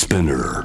Spinner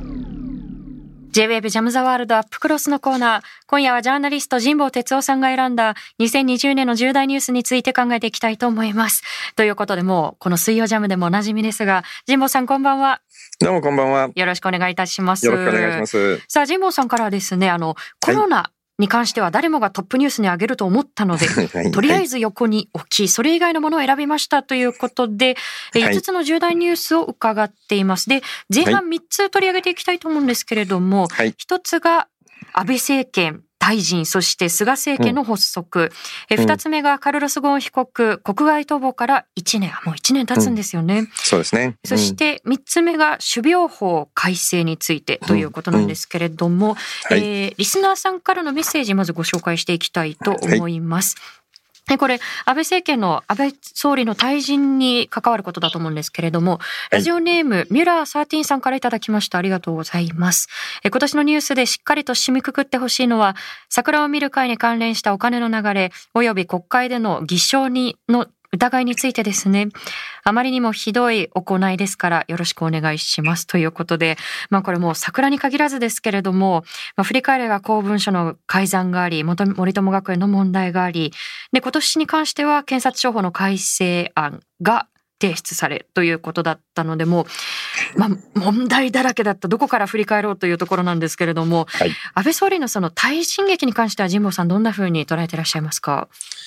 J-WAVE ジャムザワールドアップクロスのコーナー。今夜はジャーナリスト神保哲夫さんが選んだ2020年の重大ニュースについて考えていきたいと思います。ということで、もうこの水曜ジャムでもおなじみですが、神保さんこんばんは。 どうもこんばんは。 よろしくお願いいたします。 よろしくお願いします。 さあ、神保さんからはですね、コロナに関しては誰もがトップニュースに上げると思ったので、とりあえず横に置き、それ以外のものを選びましたということで、5つの重大ニュースを伺っています。で、前半3つ取り上げていきたいと思うんですけれども、1つが安倍政権退陣、そして菅政権の発足。2つ目がカルロス・ゴーン被告、国外逃亡から1年、もう1年経つんですよね。 そうですね。 そして3つ目が種苗法改正についてということなんですけれども、リスナーさんからのメッセージまずご紹介していきたいと思います。これ、安倍政権の安倍総理の退陣に関わることだと思うんですけれども、ラジオネーム、ミュラー13さんからいただきました。ありがとうございます。今年のニュースでしっかりと締めくくってほしいのは、桜を見る会に関連したお金の流れ、および国会での偽証の疑いについてですね。あまりにもひどい行いですからよろしくお願いしますということで、これもう桜に限らずですけれども、振り返れば公文書の改ざんがあり、森友学園の問題があり、で今年に関しては検察庁法の改正案が提出されということだったので、もう、問題だらけだった。どこから振り返ろうというところなんですけれども、安倍総理のその退陣劇に関しては神保さんどんなふうに捉えていらっしゃいますか？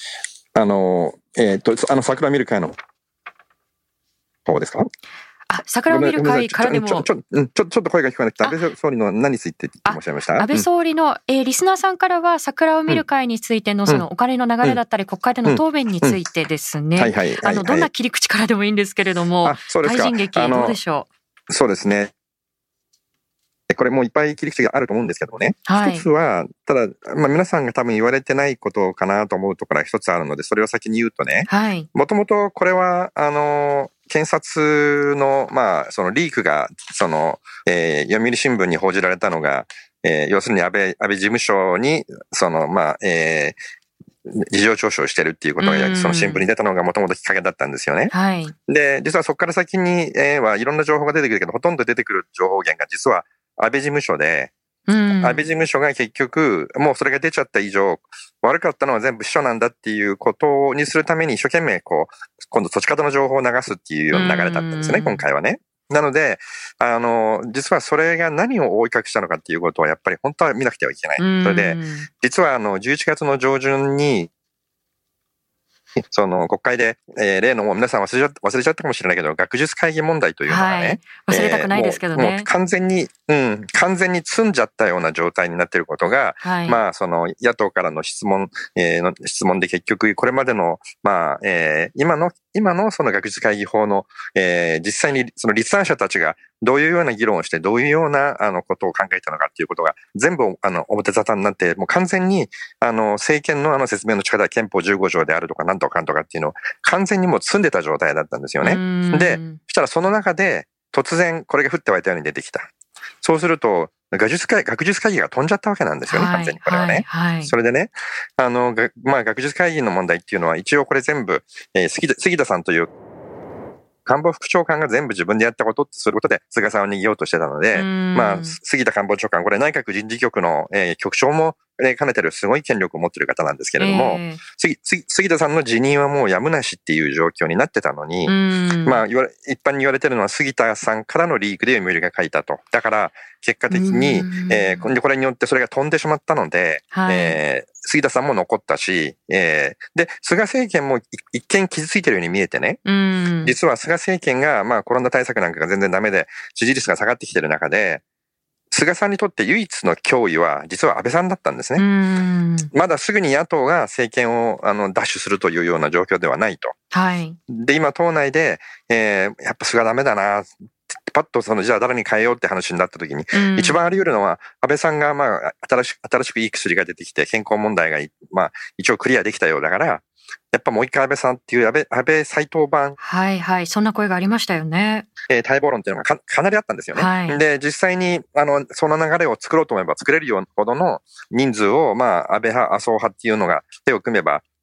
桜見る会の方ですか？ 桜を見る会からでもちょっと声が聞こえなくて、安倍総理の何についておっしゃいました？ 安倍総理の、リスナーさんからは桜を見る会についてのそのお金の流れだったり、国会での答弁についてですね。どんな切り口からでもいいんですけれども、退陣劇どうでしょう？そうですね。これもういっぱい切り口があると思うんですけどもね。一つは、ただ、皆さんが多分言われてないことかなと思うところが一つあるので、それを先に言うとね。もともとこれは、検察の、そのリークが、読売新聞に報じられたのが、要するに安倍事務所に、事情聴取をしてるっていうことが、その新聞に出たのがもともときっかけだったんですよね。で、実はそこから先に、いろんな情報が出てくるけど、ほとんど出てくる情報源が実は安倍事務所で、安倍事務所が結局、もうそれが出ちゃった以上、悪かったのは全部秘書なんだっていうことにするために一生懸命今度土地方の情報を流すっていうような流れだったんですね、今回はね。なので、実はそれが何を覆い隠したのかっていうことはやっぱり本当は見なくてはいけない。それで、実は11月の上旬に、その国会で、例のもう皆さん忘れちゃったかもしれないけど、学術会議問題というのがね、 忘れたくないですけどね。 もう完全に積んじゃったような状態になっていることが、その野党からの質問で結局これまでの、今のその学術会議法の、実際にその立案者たちがどういうような議論をして、どういうようなことを考えたのかっていうことが全部表沙汰になって、もう完全に政権の説明の仕方は憲法15条であるとかなんとかっていうのを完全にもう積んでた状態だったんですよね。で、そしたらその中で突然これが降って湧いたように出てきた。そうすると学術会議が飛んじゃったわけなんですよね、完全にこれはね。それでね、学術会議の問題っていうのは一応これ全部、杉田さんという官房副長官が全部自分でやったことってすることで菅さんを逃げようとしてたので、杉田官房長官、これ内閣人事局の、局長も兼ねてるすごい権力を持ってる方なんですけれども、杉田さんの辞任はもうやむなしっていう状況になってたのに、一般に言われてるのは杉田さんからのリークで読売が書いたと。だから結果的に、これによってそれが飛んでしまったので、杉田さんも残ったし、で、菅政権も一見傷ついてるように見えてね、実は菅政権が、コロナ対策なんかが全然ダメで、支持率が下がってきてる中で、菅さんにとって唯一の脅威は、実は安倍さんだったんですね。まだすぐに野党が政権を奪取するというような状況ではないと。で、今党内で、やっぱ菅ダメだな、パッとじゃあ誰に変えようって話になった時に、一番あり得るのは、安倍さんが新しくいい薬が出てきて、健康問題が一応クリアできたようだから、やっぱもう一回安倍さんっていう安倍再登板。 そんな声がありましたよね。 待望論っていうのがかなりあったんですよね。で、実際に、その流れを作ろうと思えば作れるようほどの人数を、安倍派、麻生派っていうのが手を組めば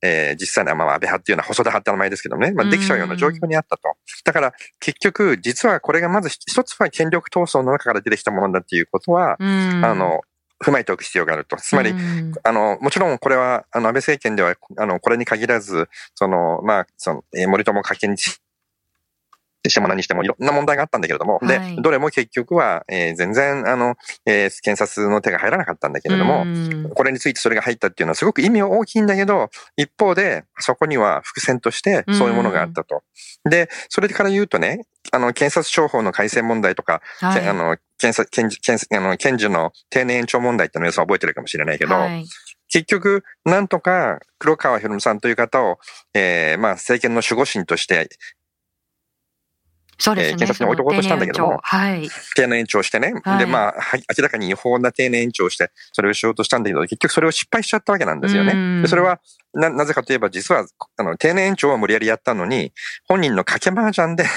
実際には安倍派っていうのは細田派って名前ですけどね、できちゃうような状況にあったと。だから結局、実はこれがまず一つは権力闘争の中から出てきたものだっていうことは、踏まえておく必要があると。つまり、もちろんこれは、安倍政権では、これに限らず、森友家系にしても何にしてもいろんな問題があったんだけれども、で、どれも結局は、全然、検察の手が入らなかったんだけれども、これについてそれが入ったっていうのはすごく意味は大きいんだけど、一方で、そこには伏線としてそういうものがあったと。で、それから言うとね、検察庁法の改正問題とか、検事の定年延長問題っていうのを皆さん覚えてるかもしれないけど、結局、なんとか黒川博さんという方を、政権の守護神として、 そうですね。 検察に置いとこうとしたんだけども、定年延長してね。で、明らかに違法な定年延長して、それをしようとしたんだけど、結局それを失敗しちゃったわけなんですよね。でそれはなぜかといえば、実は、定年延長は無理やりやったのに、本人の賭け麻雀で、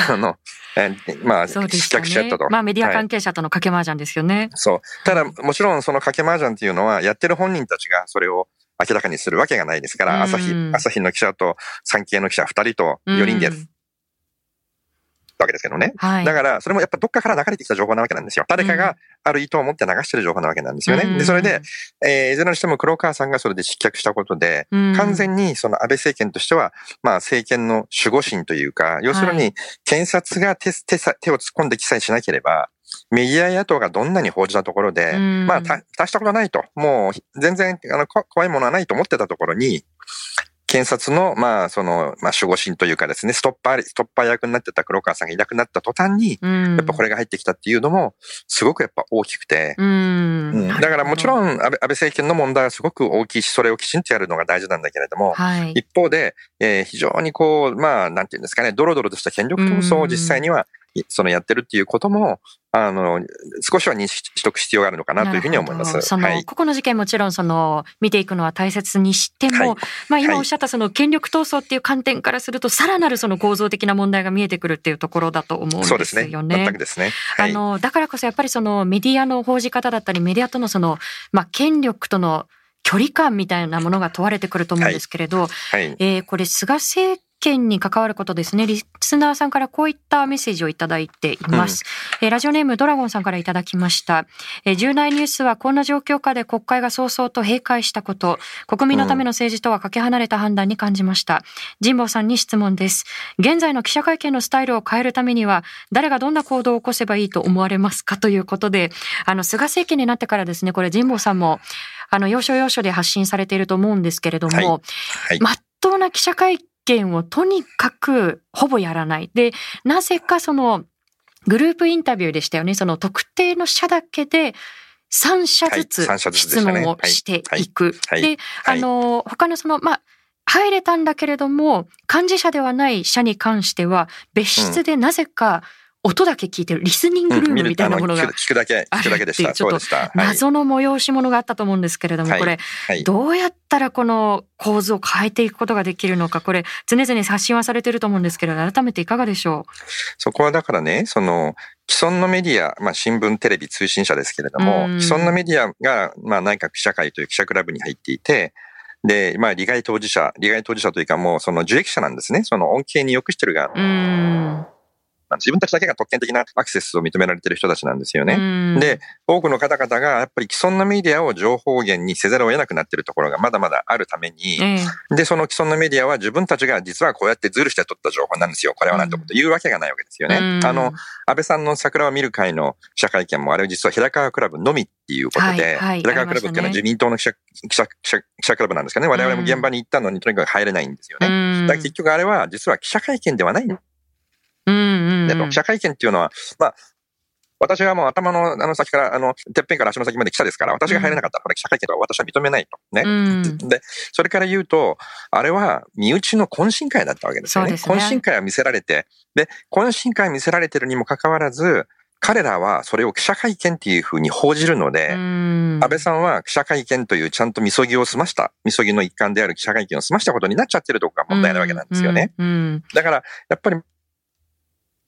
失脚しちゃったと。 メディア関係者との賭け麻雀ですよね。 そう。ただ、もちろんその賭け麻雀っていうのは、やってる本人たちがそれを明らかにするわけがないですから、朝日の記者と産経の記者2人と4人で、わけですけどね。だから、それもやっぱどっかから流れてきた情報なわけなんですよ。誰かがある意図を持って流してる情報なわけなんですよね。で、それで、いずれにしても黒川さんがそれで失脚したことで、完全にその安倍政権としては、政権の守護神というか、要するに、検察が手を突っ込んで記載しなければ、メディア野党がどんなに報じたところで、大したことないと。もう、全然、怖いものはないと思ってたところに、検察の、守護神というかですね、ストッパー役になってた黒川さんがいなくなった途端に、やっぱこれが入ってきたっていうのも、すごくやっぱ大きくて、だからもちろん安倍政権の問題はすごく大きいし、それをきちんとやるのが大事なんだけれども、一方で、非常になんていうんですかね、ドロドロとした権力闘争を実際には、やってるっていうことも、少しは認識しておく必要があるのかなというふうに思います。 個々の事件もちろん見ていくのは大切にしても、今おっしゃった権力闘争っていう観点からすると、さらなる構造的な問題が見えてくるっていうところだと思うんですよね。 そうですね。全くですね。 だからこそやっぱりメディアの報じ方だったり、メディアとの権力との距離感みたいなものが問われてくると思うんですけれど、これ菅政権に関わることですね。リスナーさんからこういったメッセージをいただいています。ラジオネームドラゴンさんからいただきました。重大ニュースはこんな状況下で国会が早々と閉会したこと、国民のための政治とはかけ離れた判断に感じました。神保さんに質問です。現在の記者会見のスタイルを変えるためには、誰がどんな行動を起こせばいいと思われますかということで、菅政権になってからですね、これ神保さんも要所要所で発信されていると思うんですけれども、まっとうな記者会見をとにかくほぼやらない。で、なぜかグループインタビューでしたよね。特定の社だけで3社ずつ質問をしていく。で、他の入れたんだけれども、幹事社ではない社に関しては、別室でなぜか音だけ聞いてる、リスニングルームみたいなものが聞くだけでした。 ちょっと謎の催し物があったと思うんですけれども、これ、どうやったらこの構図を変えていくことができるのか、これ、常々発信はされていると思うんですけれど、改めていかがでしょう？ そこはだからね、既存のメディア、新聞、テレビ、通信社ですけれども、既存のメディアが、内閣記者会という記者クラブに入っていて、で、利害当事者というかもう受益者なんですね。恩恵に良くしてる側。自分たちだけが特権的なアクセスを認められている人たちなんですよね。で、多くの方々がやっぱり既存のメディアを情報源にせざるを得なくなっているところがまだまだあるために、で、その既存のメディアは自分たちが実はこうやってズルして取った情報なんですよ。これはなんてこと言うわけがないわけですよね。安倍さんの桜を見る会の記者会見もあれ実は平川クラブのみっていうことで、平川クラブっていうのは自民党の記者クラブなんですかね。我々も現場に行ったのにとにかく入れないんですよね。だから結局あれは実は記者会見ではない。記者会見っていうのは、私はもう頭の先から、てっぺんから足の先まで記者ですから、私が入れなかったら、これ記者会見とは私は認めないと。ね。で、それから言うと、あれは身内の懇親会だったわけですよね。懇親会は見せられて、で、懇親会見せられてるにもかかわらず、彼らはそれを記者会見っていうふうに報じるので、安倍さんは記者会見というちゃんとみそぎを済ました、みそぎの一環である記者会見を済ましたことになっちゃってるとこが問題なわけなんですよね。だから、やっぱり、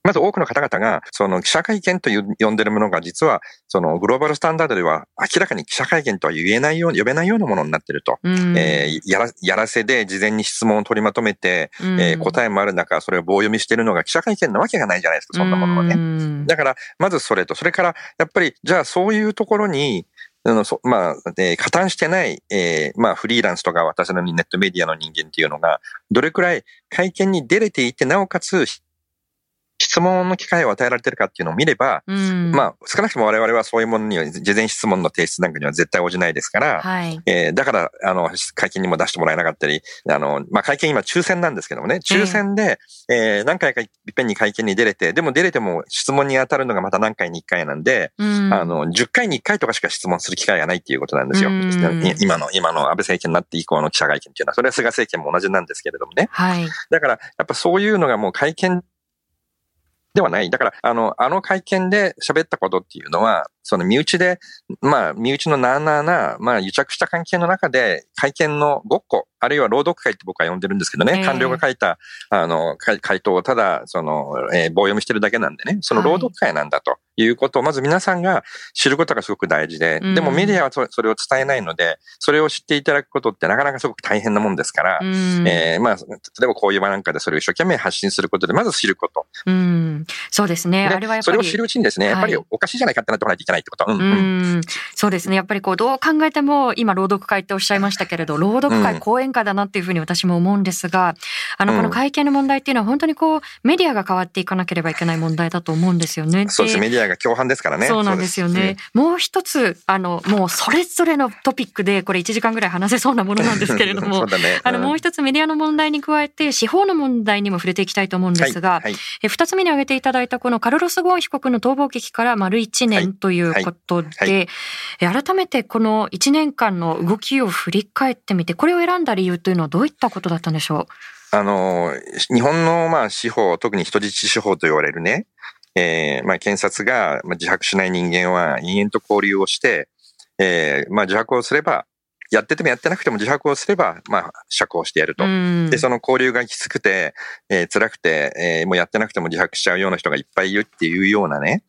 まず多くの方々が、その記者会見と呼んでるものが実は、そのグローバルスタンダードでは明らかに記者会見とは呼べないようなものになってると。やらせで事前に質問を取りまとめて、答えもある中、それを棒読みしてるのが記者会見なわけがないじゃないですか、そんなものはね。だから、まずそれと、それから、やっぱり、じゃあそういうところに、加担してない、フリーランスとか私のネットメディアの人間っていうのが、どれくらい会見に出れていて、なおかつ、質問の機会を与えられてるかっていうのを見れば、少なくとも我々はそういうものには、事前質問の提出なんかには絶対応じないですから、だから、会見にも出してもらえなかったり、会見今抽選なんですけどもね、抽選で、何回かいっぺんに会見に出れて、でも出れても質問に当たるのがまた何回に1回なんで、10回に1回とかしか質問する機会がないっていうことなんですよ。今の安倍政権になって以降の記者会見っていうのは、それは菅政権も同じなんですけれどもね。だから、やっぱそういうのがもう会見ではない。だから、あの会見で喋ったことっていうのは、その身内で、身内のなあなあな、癒着した関係の中で、会見のごっこ、あるいは朗読会って僕は呼んでるんですけどね、官僚が書いた、回答をただ、棒読みしてるだけなんでね、その朗読会なんだということを、まず皆さんが知ることがすごく大事で、でもメディアはそれを伝えないので、それを知っていただくことってなかなかすごく大変なもんですから、例えばこういう場なんかでそれを一生懸命発信することで、まず知ること。 そうですね。あれはやっぱり。 それを知るうちにですね、やっぱりおかしいじゃないかってなってこないといけないってこと。 そうですね。やっぱりどう考えても、今朗読会っておっしゃいましたけれど、朗読会、講演会だなっていうふうに私も思うんですが、この会見の問題っていうのは本当にメディアが変わっていかなければいけない問題だと思うんですよね。 そうです。メディアが共犯ですからね。 そうなんですよね。もう一つ、もうそれぞれのトピックで、これ1時間ぐらい話せそうなものなんですけれども、もう一つメディアの問題に加えて、司法の問題にも触れていきたいと思うんですが、2つ目に挙げていただいたこのカルロス・ゴーン被告の逃亡劇から丸1年ということで、改めてこの1年間の動きを振り返ってみて、これを選んだ理由というのはどういったことだったんでしょう？ 日本の司法、特に人質司法と言われるね、検察が自白しない人間は延々と交流をして、自白をすれば、やっててもやってなくても自白をすれば、釈放してやると。で、その交流がきつくて、辛くて、もうやってなくても自白しちゃうような人がいっぱいいるっていうようなね、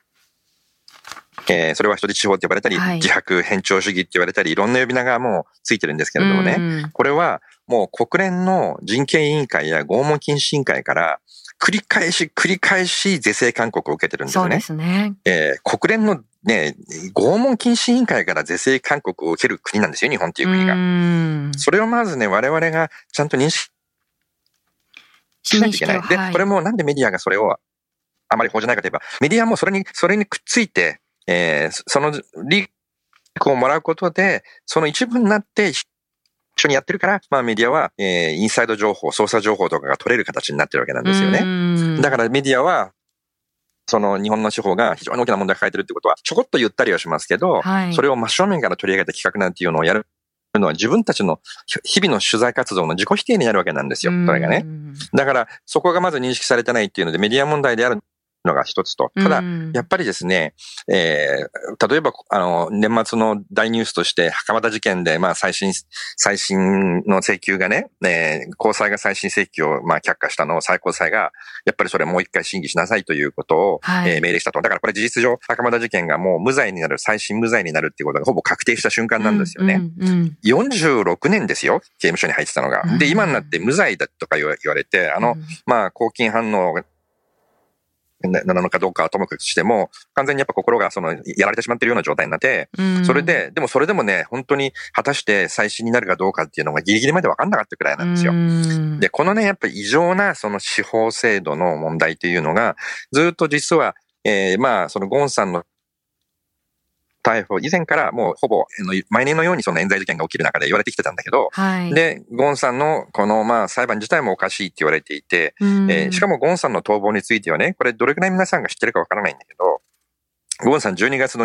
それは人質司法って呼ばれたり、自白偏重主義って言われたり、いろんな呼び名がもうついてるんですけれどもね、これはもう国連の人権委員会や拷問禁止委員会から、繰り返し是正勧告を受けてるんですよね。 そうですね。 国連のね、拷問禁止委員会から是正勧告を受ける国なんですよ、日本っていう国が。それをまずね、我々がちゃんと認識しないといけない。で、これもなんでメディアがそれをあまり報じないかといえば、メディアもそれにくっついて、そのリークをもらうことで、その一部になって一緒にやってるから、メディアは、インサイド情報、捜査情報とかが取れる形になってるわけなんですよね。だからメディアは、その日本の司法が非常に大きな問題を抱えてるってことは、ちょこっと言ったりはしますけど、それを真正面から取り上げた企画なんていうのをやるのは自分たちの日々の取材活動の自己否定になるわけなんですよ、それがね。だから、そこがまず認識されてないっていうので、メディア問題であるのが一つと。ただ、やっぱりですね、例えば、年末の大ニュースとして、袴田事件で、再審の請求がね、高裁が再審請求を、却下したのを最高裁が、やっぱりそれもう一回審議しなさいということを、命令したと。だからこれ事実上、袴田事件がもう再審無罪になるっていうことがほぼ確定した瞬間なんですよね。46年ですよ、刑務所に入ってたのが。で、今になって無罪だとか言われて、公金反応なのかどうかはともかくしても、完全にやっぱ心がやられてしまっているような状態になって、それでもね、本当に果たして再審になるかどうかっていうのがギリギリまで分かんなかったくらいなんですよ。で、このね、やっぱり異常なその司法制度の問題というのが、ずっと実は、そのゴーンさんの逮捕以前からもうほぼ毎年のようにその冤罪事件が起きる中で言われてきてたんだけど、で、ゴーンさんのこの裁判自体もおかしいって言われていて、しかもゴーンさんの逃亡についてはね、これどれくらい皆さんが知ってるかわからないんだけど、ゴーンさん12月の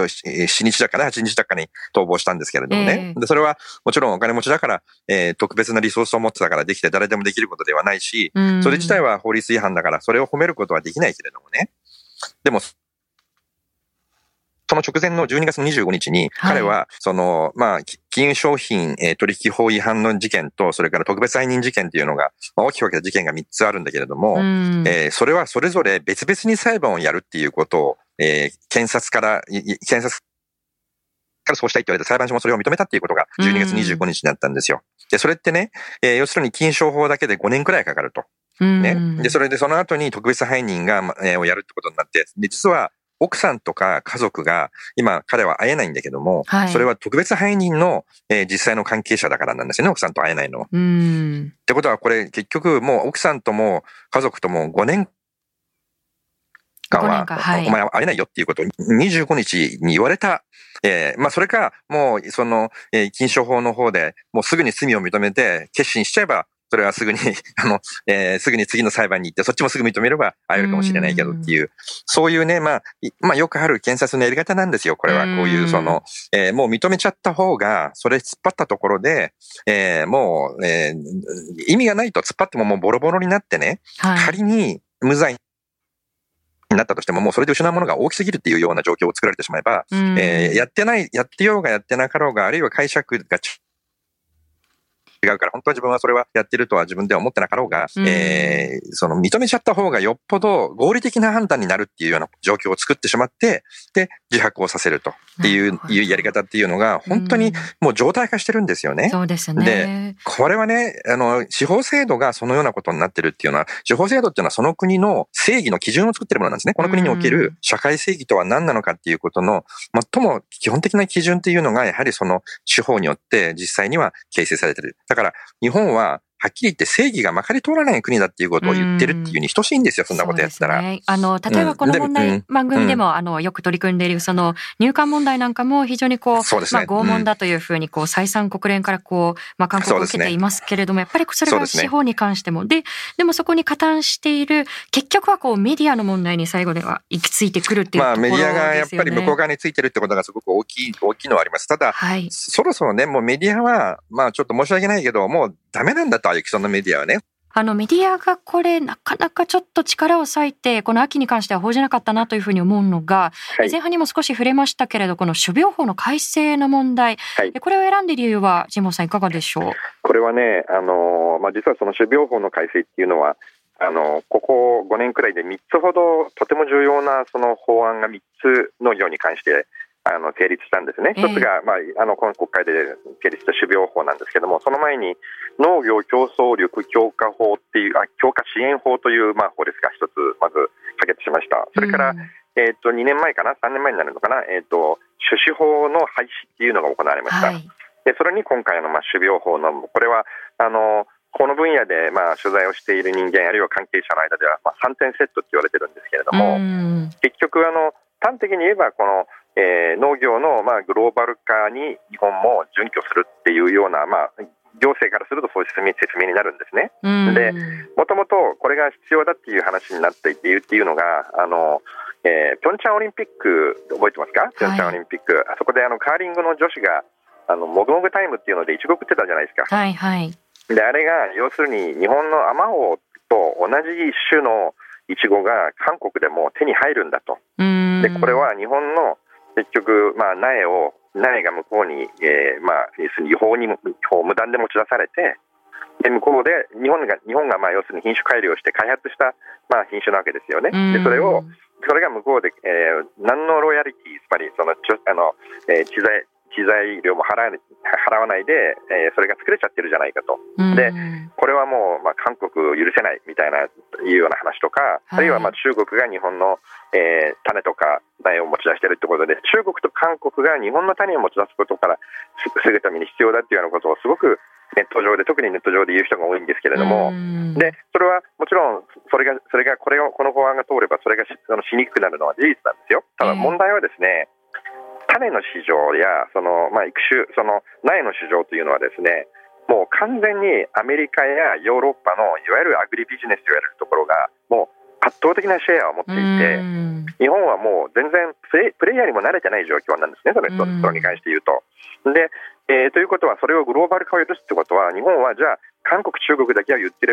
27日だかね、8日だかに逃亡したんですけれどもね。で、それはもちろんお金持ちだから、特別なリソースを持ってたからできて誰でもできることではないし、それ自体は法律違反だからそれを褒めることはできないけれどもね。でも、 その直前の12月の25日に、彼は、金融商品取引法違反の事件と、それから特別背任事件というのが、大きく分けた事件が3つあるんだけれども、それはそれぞれ別々に裁判をやるっていうことを、検察からそうしたいって言われて裁判所もそれを認めたっていうことが12月25日になったんですよ。で、それってね、要するに金商法だけで5年くらいかかると。ね。で、それでその後に特別背任をやるってことになって、で、実は奥さんとか家族が今彼は会えないんだけども、それは特別背任の、実際の関係者だからなんですよね、奥さんと会えないのは。ってことはこれ結局もう奥さんとも家族とも5年間は、お前は会えないよっていうことを25日に言われた。それか、もう、金商法の方で、もうすぐに罪を認めて、決心しちゃえば、それはすぐに、すぐに次の裁判に行って、そっちもすぐ認めれば会えるかもしれないけどっていう、そういうね、よくある検察のやり方なんですよ、これは。こういう、もう認めちゃった方が、それ突っ張ったところで、もう、意味がないと突っ張ってももうボロボロになってね、仮に無罪になったとしても、もうそれで失うものが大きすぎるっていうような状況を作られてしまえば、やってようがやってなかろうが、あるいは解釈が違うから、本当は自分はそれはやってるとは自分では思ってなかろうが、認めちゃった方がよっぽど合理的な判断になるっていうような状況を作ってしまって、で、自白をさせるとっていうやり方っていうのが、本当にもう常態化してるんですよね。 そうですね。 で、これはね、司法制度がそのようなことになってるっていうのは、司法制度っていうのはその国の正義の基準を作ってるものなんですね。この国における社会正義とは何なのかっていうことの、最も基本的な基準っていうのが、やはりその司法によって実際には形成されてる。だから、日本は、はっきり言って正義がまかり通らない国だっていうことを言ってるっていうに等しいんですよ、そんなことやったら。 例えばこの問題、番組でもよく取り組んでいるその入管問題なんかも非常に拷問だというふうに再三国連から勧告を受けていますけれども、やっぱりそれが司法に関しても、でもそこに加担している、結局はメディアの問題に最後では行き着いてくるっていうところですよね。 メディアがやっぱり向こう側についてるってことがすごく大きいのはあります。ただ、そろそろね、もうメディアは、ちょっと申し訳ないけど、もうダメなんだと、既存のメディアはね。 メディアがこれなかなかちょっと力を割いてこの秋に関しては報じなかったなというふうに思うのが、前半にも少し触れましたけれど、この種苗法の改正の問題、これを選んでいる理由は神保さんいかがでしょう。 これはね、実はその種苗法の改正っていうのはここ5年くらいで3つほどとても重要なその法案が3つ農業に関して成立したんですね。一つが、今国会で成立した種苗法なんですけども、その前に農業競争力強化法っていう、強化支援法という、法律が一つまず可決しました。それから、2年前かな、3年前になるのかな、種子法の廃止っていうのが行われました。で、それに今回の種苗法の、これは、この分野で取材をしている人間、あるいは関係者の間では3点セットって言われてるんですけれども、結局端的に言えばこの農業のグローバル化に日本も準拠するっていうような、行政からするとそういう説明になるんですね。で、もともとこれが必要だっていう話になっていてっていうのがピョンチャンオリンピック覚えてますか？ピョンチャンオリンピック、あそこでカーリングの女子がもぐもぐタイムっていうのでイチゴ食ってたじゃないですか。で、あれが要するに日本のアマオと同じ一種のイチゴが韓国でも手に入るんだと。で、これは日本の結局、苗が向こうに、要するに違法無断で持ち出されて、で向こうで日本が要するに品種改良して開発した、品種なわけですよね。で、それが向こうで、何のロイヤリティ、つまりその知財料も払わないで、それが作れちゃってるじゃないかと。で、これはもう、韓国許せないみたいないうような話とか、あるいは中国が日本の、種とか苗を持ち出しているということで、中国と韓国が日本の種を持ち出すことから防ぐために必要だというようなことをすごく特にネット上で言う人が多いんですけれども、で、それはもちろんこの法案が通ればそれがしにくくなるのは事実なんですよ。ただ問題はですね、種の市場や育種、苗の市場というのはですね、もう完全にアメリカやヨーロッパのいわゆるアグリビジネスと言われるところがもう圧倒的なシェアを持っていて、日本はもう全然プレイヤーにも慣れてない状況なんですね、それに関して言うと。で、ということはそれをグローバル化を許すってことは、日本はじゃあ韓国中国だけは言ってれば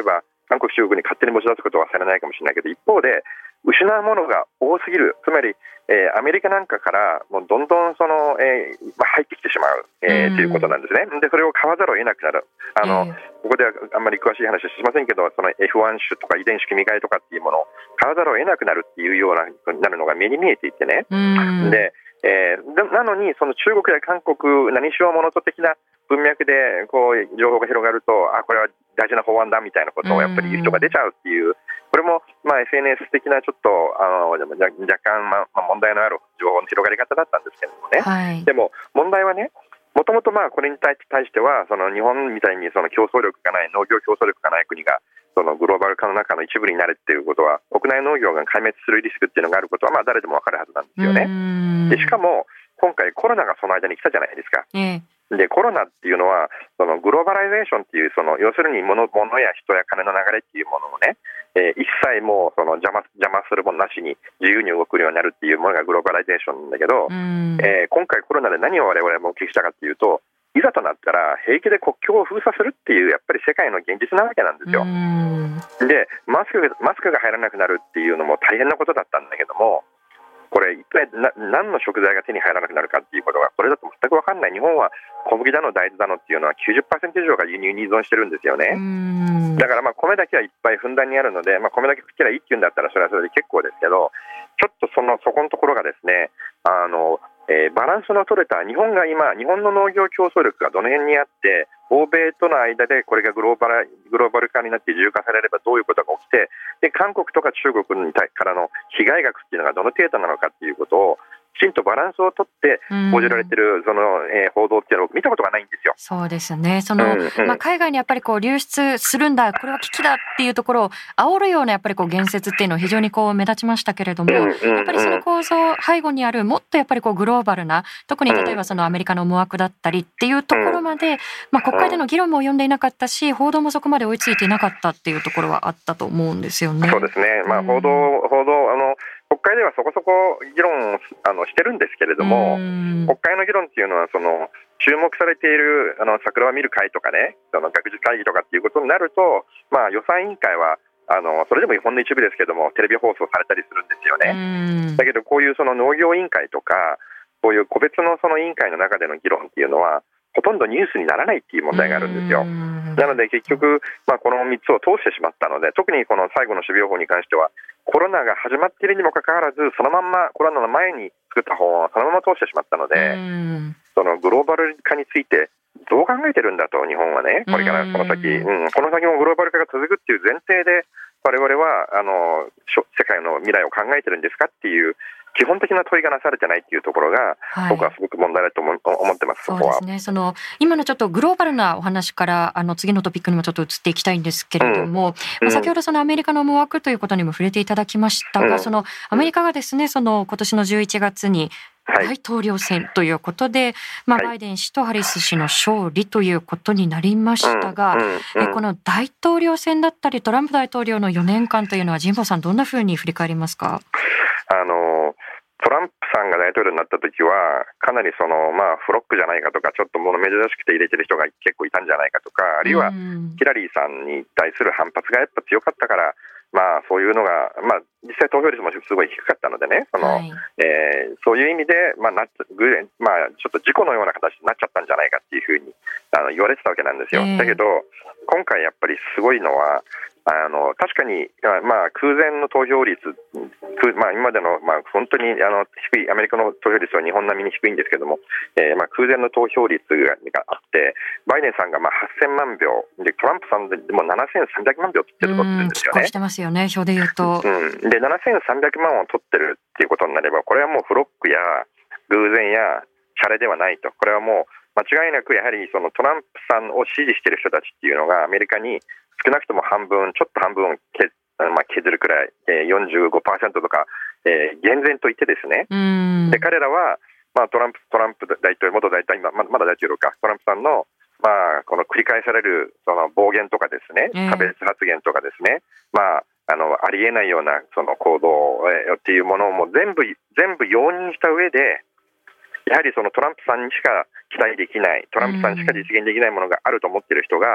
韓国、中国に勝手に持ち出すことはされないかもしれないけど、一方で失うものが多すぎる、つまり、アメリカなんかからもうどんどん入ってきてしまう、ということなんですね。でそれを買わざるを得なくなる。ここではあんまり詳しい話はしませんけど、その F1 種とか遺伝子組み換えとかっていうものを買わざるを得なくなるっていうようななるのが目に見えていてね。でなのにその中国や韓国何しろモノト的な文脈でこう情報が広がると、これは大事な法案だみたいなことをやっぱり言う人が出ちゃうっていう、これもSNS 的なちょっと若干問題のある情報の広がり方だったんですけれどもね、はい、でも問題はね、もともとこれに対してはその日本みたいにその競争力がない農業競争力がない国がそのグローバル化の中の一部になるっていうことは、国内農業が壊滅するリスクっていうのがあることは誰でも分かるはずなんですよね。でしかも今回コロナがその間に来たじゃないですか。でコロナっていうのはそのグローバライゼーションっていう要するに物や人や金の流れっていうものをね、一切もうその邪魔するものなしに自由に動くようになるっていうものがグローバライゼーションなんだけど、今回コロナで何を我々もお聞きしたかっていうと、いざとなったら平気で国境を封鎖するっていうやっぱり世界の現実なわけなんですよ。でマスクが入らなくなるっていうのも大変なことだったんだけども、これ一体何の食材が手に入らなくなるかっていうことがこれだと全く分かんない。日本は小麦だの大豆だのっていうのは 90% 以上が輸入に依存してるんですよね。だから米だけはいっぱいふんだんにあるので、米だけ食ってりゃいいっていうんだったらそれはそれで結構ですけど、ちょっとそこのところがですね、バランスの取れた日本の農業競争力がどの辺にあって、欧米との間でこれがグローバル化になって自由化されればどういうことが起きて、で韓国とか中国からの被害額っていうのがどの程度なのかっていうことをきちんとバランスをとって報じられているその、報道っていうのを見たことがないんですよ。 そうですね。海外にやっぱり流出するんだ、これは危機だっていうところを煽るようなやっぱり言説っていうのは非常に目立ちましたけれども、やっぱりその構造背後にあるもっとやっぱりグローバルな、特に例えばそのアメリカの思惑だったりっていうところまで、国会での議論も及んでいなかったし、報道もそこまで追いついていなかったっていうところはあったと思うんですよね。 そうですね。報道国会ではそこそこ議論してるんですけれども、国会の議論っていうのは注目されている桜を見る会とかね、学術会議とかっていうことになると、予算委員会はそれでもほんの一部ですけどもテレビ放送されたりするんですよね。だけどこういう農業委員会とかこういう個別の委員会の中での議論っていうのはほとんどニュースにならないっていう問題があるんですよ。なので結局、この3つを通してしまったので、特にこの最後の種苗法に関してはコロナが始まっているにもかかわらずそのまんまコロナの前に作った法をそのまま通してしまったので、そのグローバル化についてどう考えてるんだと、日本はね、これからこの先もグローバル化が続くっていう前提で我々は世界の未来を考えてるんですかっていう基本的な問いがなされてないっていうところが、僕はすごく問題だと思ってます。 そうですね。今のちょっとグローバルなお話から次のトピックにもちょっと移っていきたいんですけれども、先ほどアメリカの思惑ということにも触れていただきましたが、アメリカがですね、今年の11月に大統領選ということで、バイデン氏とハリス氏の勝利ということになりましたが、この大統領選だったりトランプ大統領の4年間というのは神保さんどんなふうに振り返りますか？ トランプさんが大統領になった時はかなりフロックじゃないかとか、ちょっと物珍しくて入れてる人が結構いたんじゃないかとか、あるいはヒラリーさんに対する反発がやっぱ強かったから、そういうのが、実際投票率もすごい低かったのでね、そういう意味で、ちょっと事故のような形になっちゃったんじゃないかっていうふうに言われてたわけなんですよ。だけど今回やっぱりすごいのは確かに、空前の投票率、今までの、本当に低いアメリカの投票率は日本並みに低いんですけども、空前の投票率があって、バイデンさんが8000万票で、トランプさんでも7300万票取ってるとんですよね。 拮抗してますよね、票で言うと。 で7300万を取ってるっていうことになれば、これはもうフロックや偶然やシャレではないと。これはもう間違いなくやはりトランプさんを支持している人たちっていうのがアメリカに少なくともちょっと半分を削るくらい、45% とか、厳然と言ってですね、で彼らは、トランプ大統領、元大統領、まだ大統領か、トランプさんの、この繰り返される暴言とかですね、差別発言とかですね、ありえないような行動っていうものをもう全部容認した上で、やはりトランプさんにしか期待できない、トランプさんにしか実現できないものがあると思っている人が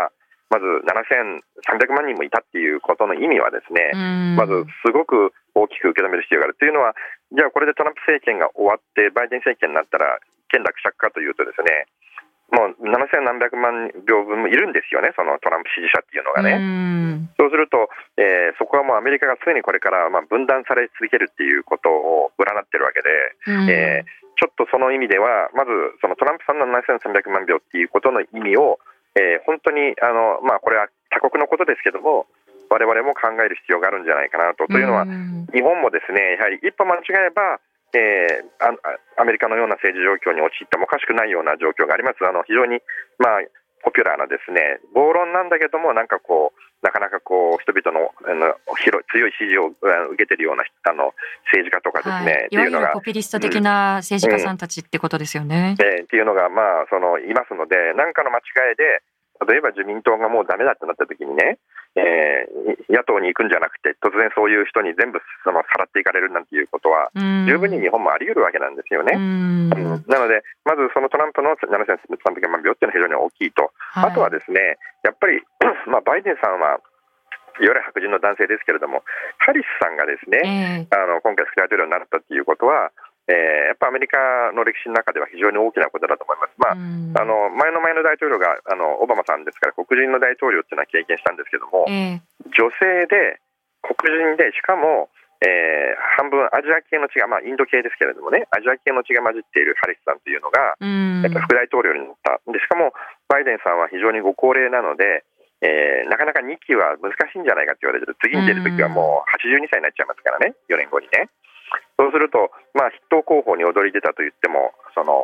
まず7300万人もいたっていうことの意味はですね、まずすごく大きく受け止める必要があるというのは、じゃあこれでトランプ政権が終わってバイデン政権になったら権落着かというとですね、もう7000何百万票分もいるんですよね、そのトランプ支持者っていうのがね。そうすると、そこはもうアメリカが常にこれから分断され続けるっていうことを占ってるわけで、ちょっとその意味ではまずそのトランプさんの7300万票っていうことの意味を、本当にこれは他国のことですけども我々も考える必要があるんじゃないかなと。というのは日本もですね、やはり一歩間違えばアメリカのような政治状況に陥ってもおかしくないような状況があります。非常にポピュラーなですね、暴論なんだけどもなかなか人々の強い支持を受けているような政治家とかですね、 いわゆるポピュリスト的な政治家さんたちってことですよね。 っていうのがいますので、何かの間違いで例えば自民党がもうダメだってなった時にね、野党に行くんじゃなくて突然そういう人に全部さらっていかれるなんていうことは十分に日本もあり得るわけなんですよね。なのでまずそのトランプの7300万票っていうのは非常に大きいと、あとはですね、やっぱりバイデンさんはいわゆる白人の男性ですけれども、ハリスさんがですね、今回副大統領になったっていうことはやっぱアメリカの歴史の中では非常に大きなことだと思います。前の大統領がオバマさんですから黒人の大統領っていうのは経験したんですけども、女性で黒人でしかも、半分アジア系の血が、インド系ですけれどもね、アジア系の血が混じっているハリスさんというのがやっぱ副大統領になったで、しかもバイデンさんは非常にご高齢なので、なかなか2期は難しいんじゃないかと言われてる。次に出るときはもう82歳になっちゃいますからね、4年後にね。そうすると、筆頭候補に躍り出たと言っても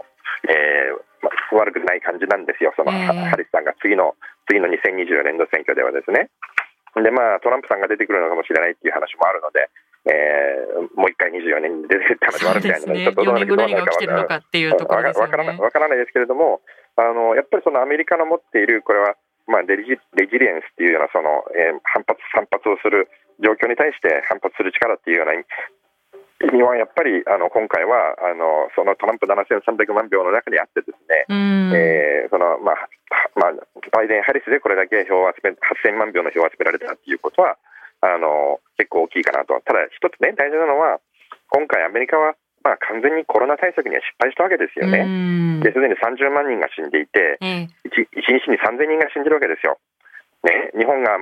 悪くない感じなんですよ、ハリスさんが次の2024年度選挙ではですね。でトランプさんが出てくるのかもしれないっていう話もあるので、もう一回24年に出てくるって話もあるみたいなので、 4年後何が起きてるのかっていうところですよね。 わからないですけれども、やっぱりアメリカの持っているこれはレジリエンスっていうような反発をする状況に対して反発する力っていうような意味はやっぱり今回はそのトランプ7300万票の中にあってですね、バイデン・ハリスでこれだけ票を集め8000万票の票を集められたっていうことは結構大きいかなと。ただ一つね、大事なのは今回アメリカは完全にコロナ対策には失敗したわけですよね。ですでに30万人が死んでいて、1日に3000人が死んでるわけですよ、ね。日本が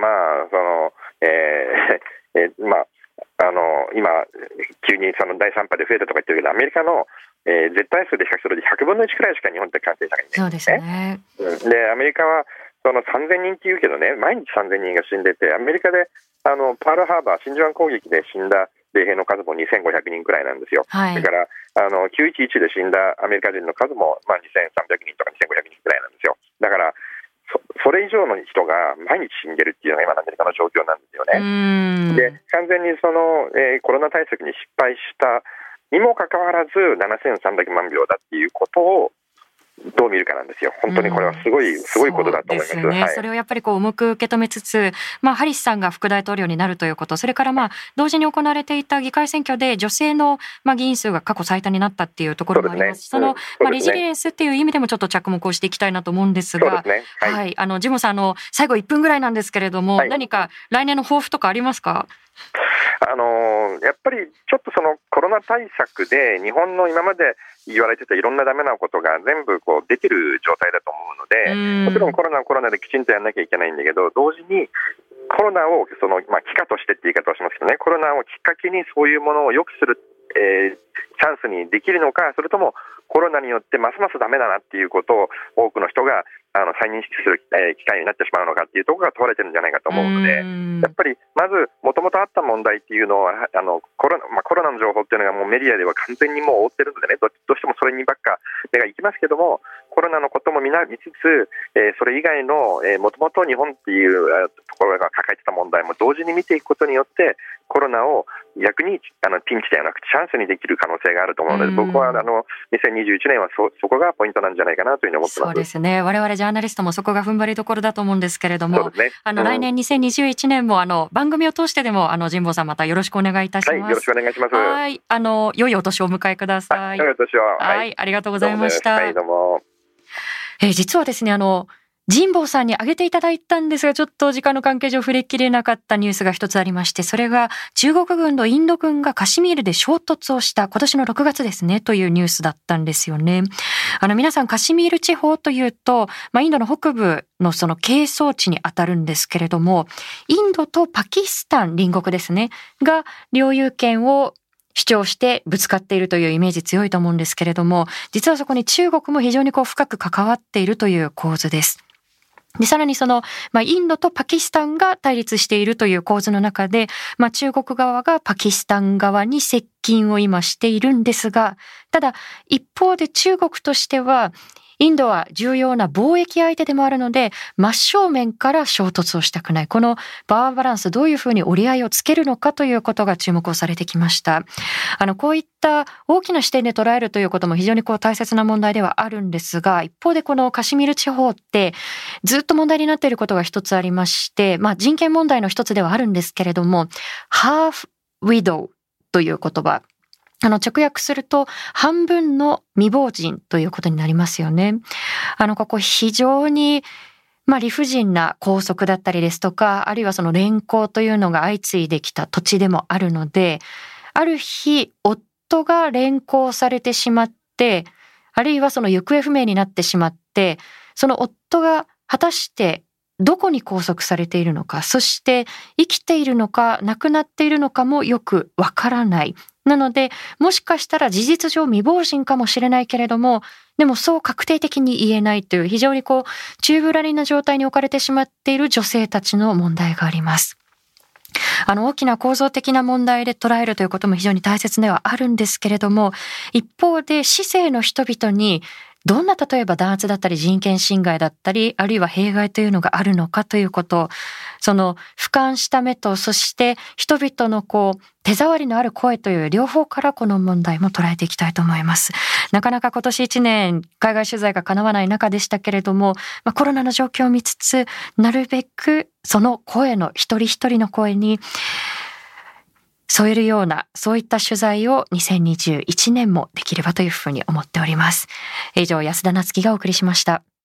今急に第3波で増えたとか言ってるけど、アメリカの、絶対数で比較すると100分の1くらいしか日本って感染者がいないんですね。でアメリカは3000人っていうけどね、毎日3000人が死んでて、アメリカでパールハーバー真珠湾攻撃で死んだ米兵の数も2500人くらいなんですよ。だから911で死んだアメリカ人の数も2300人とか2500人くらいなんですよ。だからそれ以上の人が毎日死んでるっていうのが今のアメリカの状況なんですよね。で完全にコロナ対策に失敗したにもかかわらず7300万票だっていうことをどう見るかなんですよ。本当にこれはすごいことだと思います。 そうですよね。それをやっぱり重く受け止めつつ、ハリスさんが副大統領になるということ、それから同時に行われていた議会選挙で女性の議員数が過去最多になったっていうところもありますし、レジリエンスっていう意味でもちょっと着目をしていきたいなと思うんですが、ジモさん最後1分ぐらいなんですけれども、何か来年の抱負とかありますか？ やっぱりちょっとコロナ対策で日本の今まで言われてたいろんなダメなことが全部出てる状態だと思うので、もちろんコロナはコロナできちんとやんなきゃいけないんだけど、同時にコロナを帰化としてって言い方をしますけどね、コロナをきっかけにそういうものを良くする、チャンスにできるのか、それともコロナによってますますダメだなっていうことを多くの人が再認識する機会になってしまうのかっていうところが問われてるんじゃないかと思うので、やっぱりまずもともとあった問題っていうのはコロナの情報っていうのがもうメディアでは完全にもう覆ってるのでね、どうしてもそれにばっか目がいきますけども、コロナのことも見つつ、それ以外のもともと日本っていうところが抱えてた問題も同時に見ていくことによってコロナを逆にピンチではなくチャンスにできる可能性があると思うので、僕は2021年はそこがポイントなんじゃないかなというふうに思ってます。 そうですね。我々ジャーナリストもそこが踏ん張りどころだと思うんですけれども、来年2021年も番組を通してでも神保さんまたよろしくお願いいたします。 よろしくお願いします。 良いお年をお迎えください。 良いお年を。 ありがとうございました。 どうも。 実はですね神保さんに挙げていただいたんですが、ちょっと時間の関係上触れきれなかったニュースが一つありまして、それが中国軍とインド軍がカシミールで衝突をした今年の6月ですねというニュースだったんですよね。皆さんカシミール地方というと、インドの北部のその係争地にあたるんですけれども、インドとパキスタン隣国ですねが領有権を主張してぶつかっているというイメージ強いと思うんですけれども、実はそこに中国も非常に深く関わっているという構図です。で、さらにインドとパキスタンが対立しているという構図の中で、中国側がパキスタン側に接近を今しているんですが、ただ一方で中国としては、インドは重要な貿易相手でもあるので、真正面から衝突をしたくない。このパワーバランス、どういうふうに折り合いをつけるのかということが注目をされてきました。こういった大きな視点で捉えるということも非常に大切な問題ではあるんですが、一方でこのカシミール地方ってずっと問題になっていることが一つありまして、人権問題の一つではあるんですけれども、ハーフウィドウという言葉。直訳すると半分の未亡人ということになりますよね。ここ非常に理不尽な拘束だったりですとか、あるいはその連行というのが相次いできた土地でもあるので、ある日夫が連行されてしまって、あるいはその行方不明になってしまって、その夫が果たしてどこに拘束されているのか、そして生きているのか亡くなっているのかもよくわからない。なので、もしかしたら事実上未亡人かもしれないけれども、でもそう確定的に言えないという非常に宙ぶらりんな状態に置かれてしまっている女性たちの問題があります。大きな構造的な問題で捉えるということも非常に大切ではあるんですけれども、一方で市政の人々にどんな例えば弾圧だったり人権侵害だったり、あるいは弊害というのがあるのかということ、その俯瞰した目と、そして人々の手触りのある声という両方からこの問題も捉えていきたいと思います。なかなか今年1年海外取材が叶わない中でしたけれども、コロナの状況を見つつ、なるべくその声の一人一人の声に添えるような、そういった取材を2021年もできればというふうに思っております。以上、安田なつきがお送りしました。